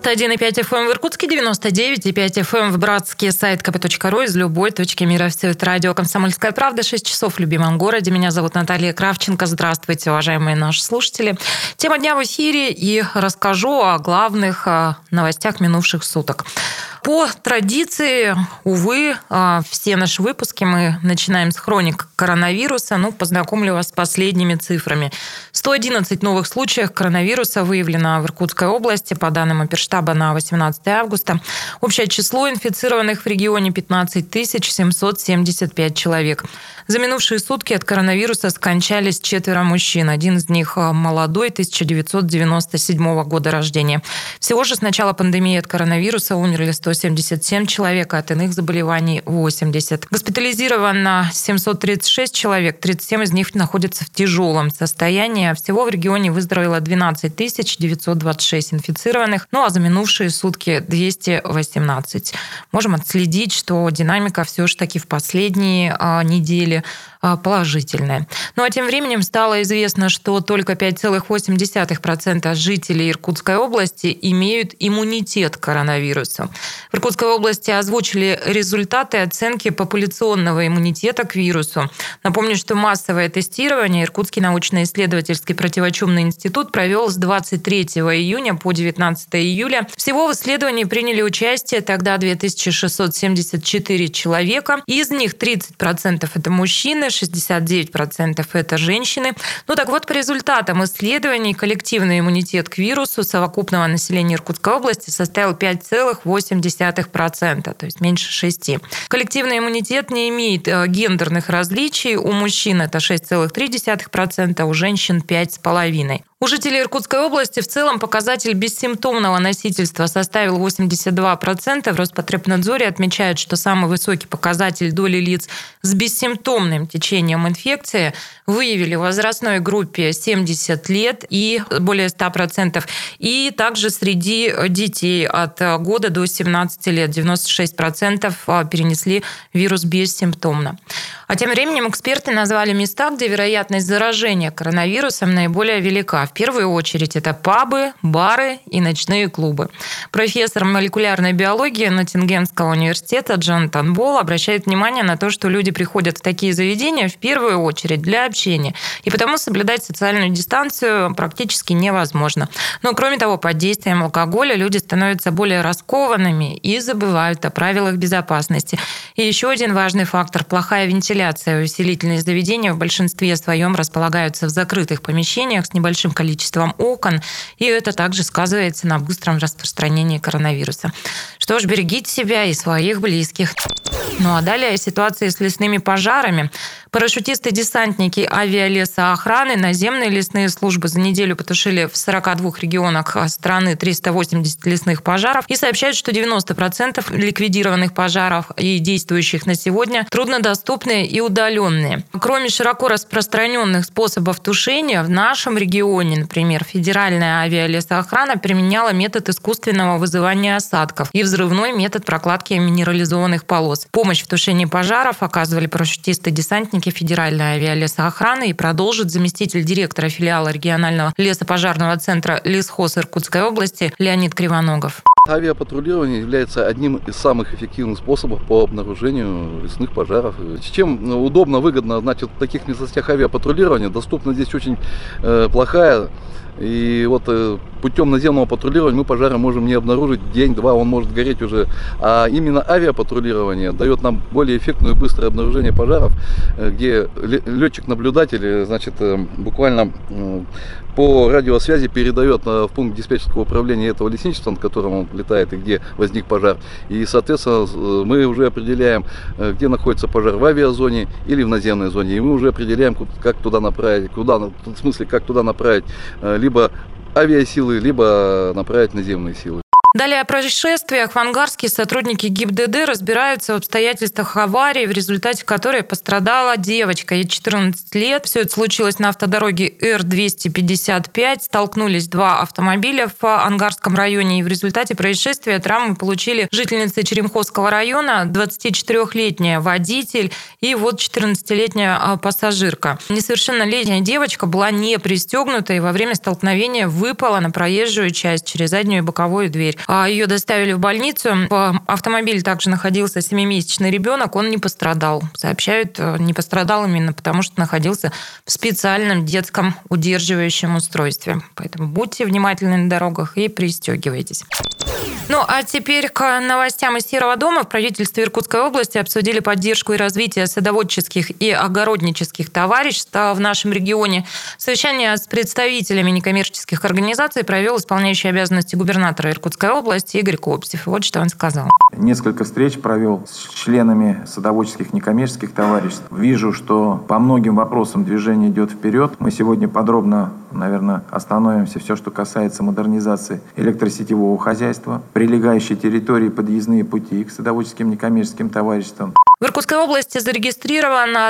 91,5 FM в Иркутске, 99,5 FM в Братске, сайт kp.ru из любой точки мира. Все это радио «Комсомольская правда», 6 часов в любимом городе. Меня зовут Наталья Кравченко. Здравствуйте, уважаемые наши слушатели. Тема дня в эфире, и расскажу о главных новостях минувших суток. По традиции, увы, все наши выпуски мы начинаем с хроник коронавируса. Познакомлю вас с последними цифрами. 111 новых случаев коронавируса выявлено в Иркутской области, по данным Оперштаба на 18 августа. Общее число инфицированных в регионе 15 775 человек. За минувшие сутки от коронавируса скончались 4 мужчин. Один из них молодой, 1997 года рождения. Всего же с начала пандемии от коронавируса умерли 177 человек, а от иных заболеваний 80. Госпитализировано 736 человек, 37 из них находятся в тяжелом состоянии. Всего в регионе выздоровело 12 926 инфицированных, а за минувшие сутки 218. Можем отследить, что динамика все же таки в последние недели положительная. А тем временем стало известно, что только 5,8% жителей Иркутской области имеют иммунитет к коронавирусу. В Иркутской области озвучили результаты оценки популяционного иммунитета к вирусу. Напомню, что массовое тестирование Иркутский научно-исследовательский противочумный институт провел с 23 июня по 19 июля. Всего в исследовании приняли участие тогда 2674 человека. Из них 30% это мужчины, 69% это женщины. По результатам исследований коллективный иммунитет к вирусу совокупного населения Иркутской области составил 5,8%, то есть меньше 6%. Коллективный иммунитет не имеет гендерных различий. У мужчин это 6,3%, а у женщин 5,5%. У жителей Иркутской области в целом показатель бессимптомного носительства составил 82%. В Роспотребнадзоре отмечают, что самый высокий показатель доли лиц с бессимптомным течением инфекции выявили в возрастной группе 70 лет и более 100%. И также среди детей от года до 17 лет 96% перенесли вирус бессимптомно. А тем временем эксперты назвали места, где вероятность заражения коронавирусом наиболее велика. В первую очередь это пабы, бары и ночные клубы. Профессор молекулярной биологии Ноттингемского университета Джонатан Болл обращает внимание на то, что люди приходят в такие заведения в первую очередь для общения, и потому соблюдать социальную дистанцию практически невозможно. Но кроме того, под действием алкоголя люди становятся более раскованными и забывают о правилах безопасности. И еще один важный фактор – плохая вентиляция. Увеселительные заведения в большинстве своем располагаются в закрытых помещениях с небольшим количеством окон, и это также сказывается на быстром распространении коронавируса. Что ж, берегите себя и своих близких. А далее о ситуации с лесными пожарами. Парашютисты-десантники авиалесоохраны, наземные лесные службы за неделю потушили в 42 регионах страны 380 лесных пожаров и сообщают, что 90% ликвидированных пожаров и действующих на сегодня труднодоступные и удаленные. Кроме широко распространенных способов тушения, в нашем регионе, например, Федеральная авиалесоохрана применяла метод искусственного вызывания осадков и взрывной метод прокладки минерализованных полос. Помощь в тушении пожаров оказывали парашютисты-десантники Федеральной авиалесоохраны, и продолжит заместитель директора филиала регионального лесопожарного центра «Лесхоз» Иркутской области Леонид Кривоногов. Авиапатрулирование является одним из самых эффективных способов по обнаружению лесных пожаров. Чем удобно, выгодно, в таких местностях авиапатрулирования доступность здесь очень плохая. И путем наземного патрулирования мы пожары можем не обнаружить день-два, он может гореть уже. А именно авиапатрулирование дает нам более эффектное и быстрое обнаружение пожаров, где летчик-наблюдатель, буквально по радиосвязи передает в пункт диспетчерского управления этого лесничества, над которым он летает и где возник пожар. И, соответственно, мы уже определяем, где находится пожар, в авиазоне или в наземной зоне. И мы уже определяем, как туда направить, как туда направить либо авиасилы, либо направить наземные силы. Далее о происшествиях. В Ангарске сотрудники ГИБДД разбираются в обстоятельствах аварии, в результате которой пострадала девочка, ей 14 лет. Все это случилось на автодороге Р-255. Столкнулись два автомобиля в Ангарском районе, и в результате происшествия травмы получили жительницы Черемховского района, 24-летняя водитель и 14-летняя пассажирка. Несовершеннолетняя девочка была не пристегнута и во время столкновения выпала на проезжую часть через заднюю и боковую дверь. Ее доставили в больницу. В автомобиле также находился 7-месячный ребенок. Он не пострадал. Сообщают, не пострадал именно потому, что находился в специальном детском удерживающем устройстве. Поэтому будьте внимательны на дорогах и пристегивайтесь. Ну, а теперь к новостям из Серого дома. В правительстве Иркутской области обсудили поддержку и развитие садоводческих и огороднических товариществ в нашем регионе. Совещание с представителями некоммерческих организаций провел исполняющий обязанности губернатора Иркутской области Игорь Копсев. Вот что он сказал. Несколько встреч провел с членами садоводческих некоммерческих товариществ. Вижу, что по многим вопросам движение идет вперед. Мы сегодня подробно, наверное, остановимся все, что касается модернизации электросетевого хозяйства, прилегающей территории, подъездные пути к садоводческим некоммерческим товариществам. В Иркутской области зарегистрировано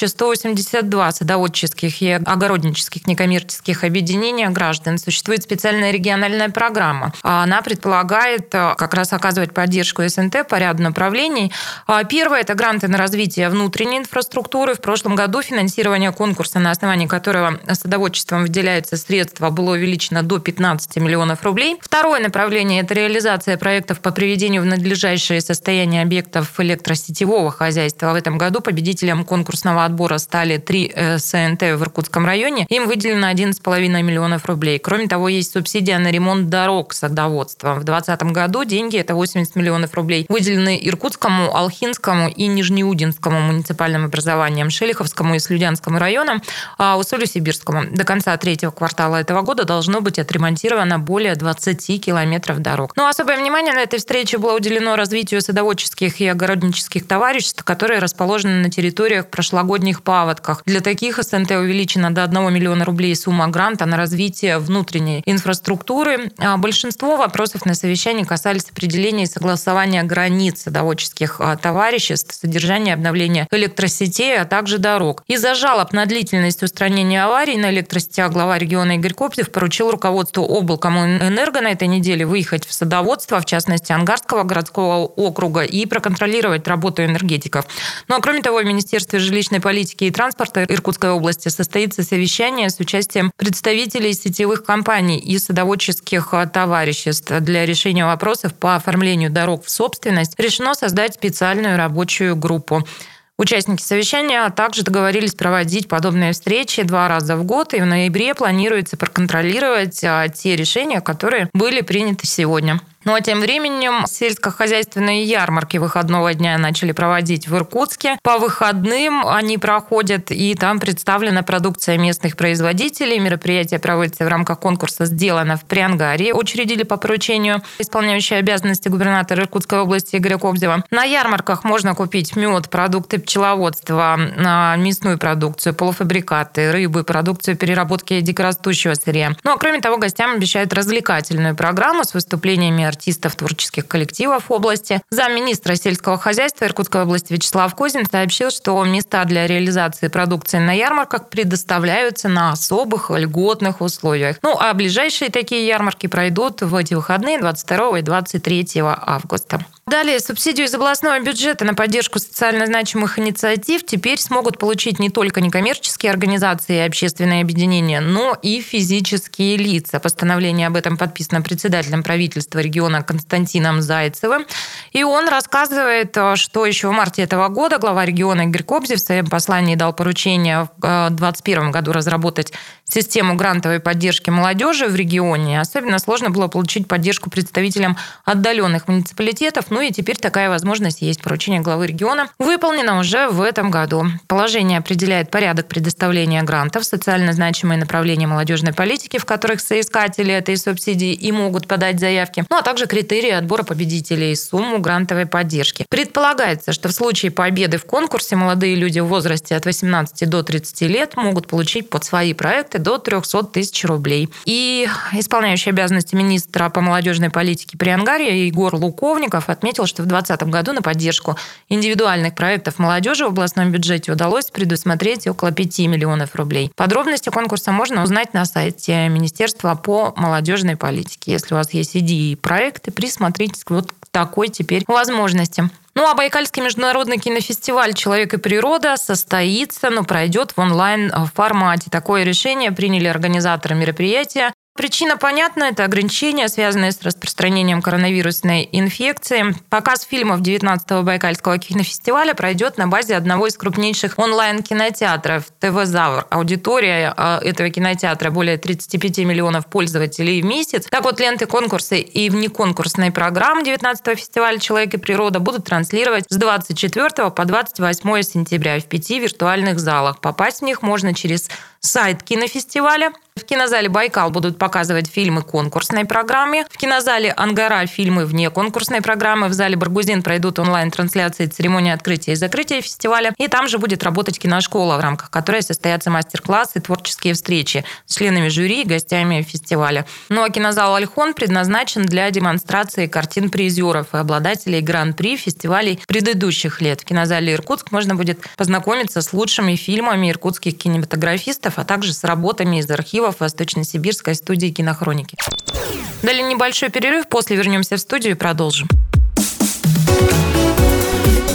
1182 садоводческих и огороднических некоммерческих объединения граждан. Существует специальная региональная программа. Она предполагает как раз оказывать поддержку СНТ по ряду направлений. Первое – это гранты на развитие внутренней инфраструктуры. В прошлом году финансирование конкурса, на основании которого садоводчеством выделяются средства, было увеличено до 15 миллионов рублей. Второе направление – это реализация проектов по приведению в надлежащее состояние объектов электросетевого хозяйства. В этом году победителем конкурсного отбора стали 3 СНТ в Иркутском районе. Им выделено 11,5 миллионов рублей. Кроме того, есть субсидия на ремонт дорог садоводства. В 2020 году деньги, это 80 миллионов рублей, выделены Иркутскому, Алхинскому и Нижнеудинскому муниципальным образованиям, Шелиховскому и Слюдянскому районам, а Усолью-Сибирскому. До конца 3-го квартала этого года должно быть отремонтировано более 20 километров дорог. Но особое внимание на этой встрече было уделено развитию садоводческих и огороднических товариществ, которые расположены на территориях прошлогодних паводках. Для таких СНТ увеличена до 1 миллиона рублей сумма гранта на развитие внутренней инфраструктуры. Большинство вопросов на совещании касались определения и согласования границ садоводческих товариществ, содержания и обновления электросетей, а также дорог. Из-за жалоб на длительность устранения аварий на электросетях глава региона Игорь Копсев поручил руководству облкомэнерго на этой неделе выехать в садоводство, в частности Ангарского городского округа, и проконтролировать работу энергетиков. Ну а кроме того, в Министерстве жилищной политики и транспорта Иркутской области состоится совещание с участием представителей сетевых компаний и садоводческих товариществ. Для решения вопросов по оформлению дорог в собственность решено создать специальную рабочую группу. Участники совещания также договорились проводить подобные встречи 2 раза в год, и в ноябре планируется проконтролировать те решения, которые были приняты сегодня. Ну а тем временем сельскохозяйственные ярмарки выходного дня начали проводить в Иркутске. По выходным они проходят, и там представлена продукция местных производителей. Мероприятие проводится в рамках конкурса «Сделано в Приангарии». Учредили по поручению исполняющей обязанности губернатора Иркутской области Игоря Копсева. На ярмарках можно купить мед, продукты пчеловодства, мясную продукцию, полуфабрикаты, рыбу, продукцию переработки дикорастущего сырья. Ну а кроме того, гостям обещают развлекательную программу с выступлениями артистов творческих коллективов области. Замминистра сельского хозяйства Иркутской области Вячеслав Козин сообщил, что места для реализации продукции на ярмарках предоставляются на особых льготных условиях. Ну а ближайшие такие ярмарки пройдут в эти выходные 22 и 23 августа. Далее, субсидию из областного бюджета на поддержку социально значимых инициатив теперь смогут получить не только некоммерческие организации и общественные объединения, но и физические лица. Постановление об этом подписано председателем правительства региона Константином Зайцевым. И он рассказывает, что еще в марте этого года глава региона Игорь Копсев в своем послании дал поручение в 2021 году разработать систему грантовой поддержки молодежи в регионе. Особенно сложно было получить поддержку представителям отдаленных муниципалитетов. Ну и теперь такая возможность есть. Поручение главы региона выполнено уже в этом году. Положение определяет порядок предоставления грантов, социально значимые направления молодежной политики, в которых соискатели этой субсидии и могут подать заявки, ну а также критерии отбора победителей и сумму грантовой поддержки. Предполагается, что в случае победы в конкурсе молодые люди в возрасте от 18 до 30 лет могут получить под свои проекты до 300 тысяч рублей. И исполняющий обязанности министра по молодежной политике Приангария Егор Луковников отметил, что в 2020 году на поддержку индивидуальных проектов молодежи в областном бюджете удалось предусмотреть около 5 миллионов рублей. Подробности конкурса можно узнать на сайте Министерства по молодежной политике. Если у вас есть идеи и проекты, присмотритесь к вот такой теперь возможности. Ну а Байкальский международный кинофестиваль «Человек и природа» состоится, но пройдет в онлайн-формате. Такое решение приняли организаторы мероприятия. Причина понятна, это ограничения, связанные с распространением коронавирусной инфекции. Показ фильмов 19-го Байкальского кинофестиваля пройдет на базе одного из крупнейших онлайн-кинотеатров ТВ-Завр. Аудитория этого кинотеатра более 35 миллионов пользователей в месяц. Так вот, ленты, конкурсы и внеконкурсные программы 19-го фестиваля «Человек и природа» будут транслировать с 24 по 28 сентября в 5 виртуальных залах. Попасть в них можно через сайт кинофестиваля. В кинозале «Байкал» будут показывать фильмы конкурсной программы. В кинозале «Ангара» фильмы вне конкурсной программы. В зале «Баргузин» пройдут онлайн-трансляции церемонии открытия и закрытия фестиваля. И там же будет работать киношкола, в рамках которой состоятся мастер-классы, творческие встречи с членами жюри и гостями фестиваля. Ну а кинозал «Альхон» предназначен для демонстрации картин призеров и обладателей гран-при фестивалей предыдущих лет. В кинозале «Иркутск» можно будет познакомиться с лучшими фильмами иркутских кинематографистов, а также с работами из архивов Восточно-Сибирской студии кинохроники. Далее небольшой перерыв, после вернемся в студию и продолжим.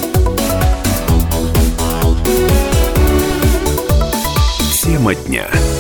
Тема дня.